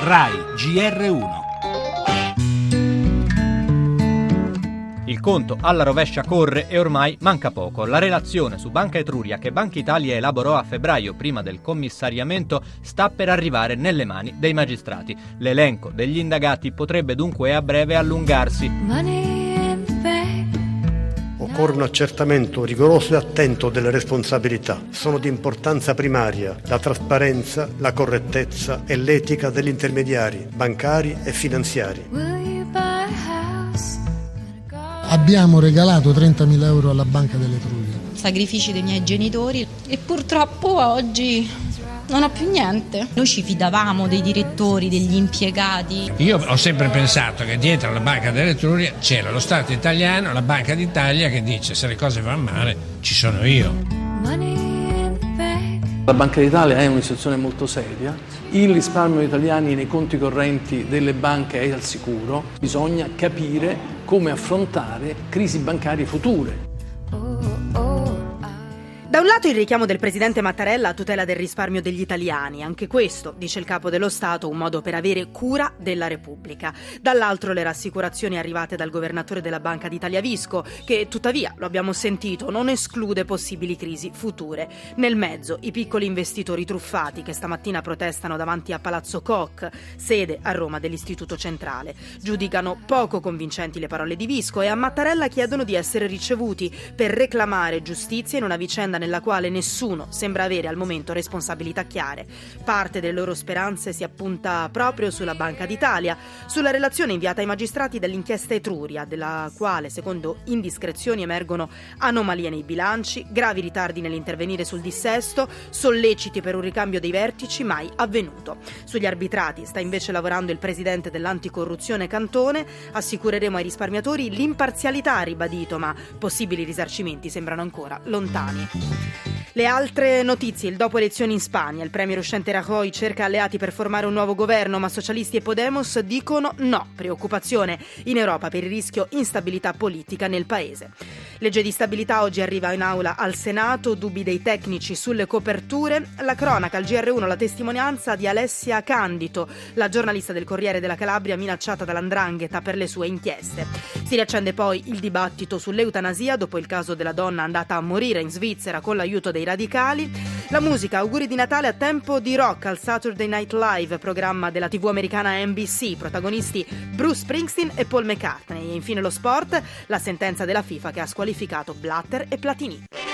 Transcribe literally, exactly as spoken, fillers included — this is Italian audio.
Rai G R uno. Il conto alla rovescia corre e ormai manca poco. La relazione su Banca Etruria che Banca Italia elaborò a febbraio prima del commissariamento sta per arrivare nelle mani dei magistrati. L'elenco degli indagati potrebbe dunque a breve allungarsi. Occorre un accertamento rigoroso e attento delle responsabilità. Sono di importanza primaria la trasparenza, la correttezza e l'etica degli intermediari bancari e finanziari. Abbiamo regalato trentamila euro alla Banca dell'Etruria. Sacrifici dei miei genitori e purtroppo oggi non ho più niente. Noi ci fidavamo dei direttori, degli impiegati. Io ho sempre pensato che dietro alla Banca dell'Etruria c'era lo Stato italiano, la Banca d'Italia che dice se le cose vanno male ci sono io. La Banca d'Italia è un'istituzione molto seria, il risparmio degli italiani nei conti correnti delle banche è al sicuro, bisogna capire come affrontare crisi bancarie future. Da un lato il richiamo del presidente Mattarella a tutela del risparmio degli italiani, anche questo, dice il capo dello Stato, un modo per avere cura della Repubblica. Dall'altro le rassicurazioni arrivate dal governatore della Banca d'Italia Visco, che tuttavia, lo abbiamo sentito, non esclude possibili crisi future. Nel mezzo i piccoli investitori truffati che stamattina protestano davanti a Palazzo Koch, sede a Roma dell'Istituto Centrale. Giudicano poco convincenti le parole di Visco e a Mattarella chiedono di essere ricevuti per reclamare giustizia in una vicenda nella quale nessuno sembra avere al momento responsabilità chiare. Parte delle loro speranze si appunta proprio sulla Banca d'Italia, sulla relazione inviata ai magistrati dall'inchiesta Etruria, della quale, secondo indiscrezioni, emergono anomalie nei bilanci, gravi ritardi nell'intervenire sul dissesto, solleciti per un ricambio dei vertici mai avvenuto. Sugli arbitrati sta invece lavorando il presidente dell'anticorruzione Cantone. Assicureremo ai risparmiatori l'imparzialità, ribadito, ma possibili risarcimenti sembrano ancora lontani. Le altre notizie: il dopo elezioni in Spagna, il premier uscente Rajoy cerca alleati per formare un nuovo governo, ma socialisti e Podemos dicono no. Preoccupazione in Europa per il rischio instabilità politica nel paese. Legge di stabilità oggi arriva in aula al Senato, dubbi dei tecnici sulle coperture. La cronaca, al G R uno, la testimonianza di Alessia Candito, la giornalista del Corriere della Calabria minacciata dall''ndrangheta per le sue inchieste. Si riaccende poi il dibattito sull'eutanasia dopo il caso della donna andata a morire in Svizzera con l'aiuto dei radicali. La musica, auguri di Natale a tempo di rock al Saturday Night Live, programma della tivù americana N B C, protagonisti Bruce Springsteen e Paul McCartney. E infine lo sport, la sentenza della FIFA che ha squalificato Blatter e Platini.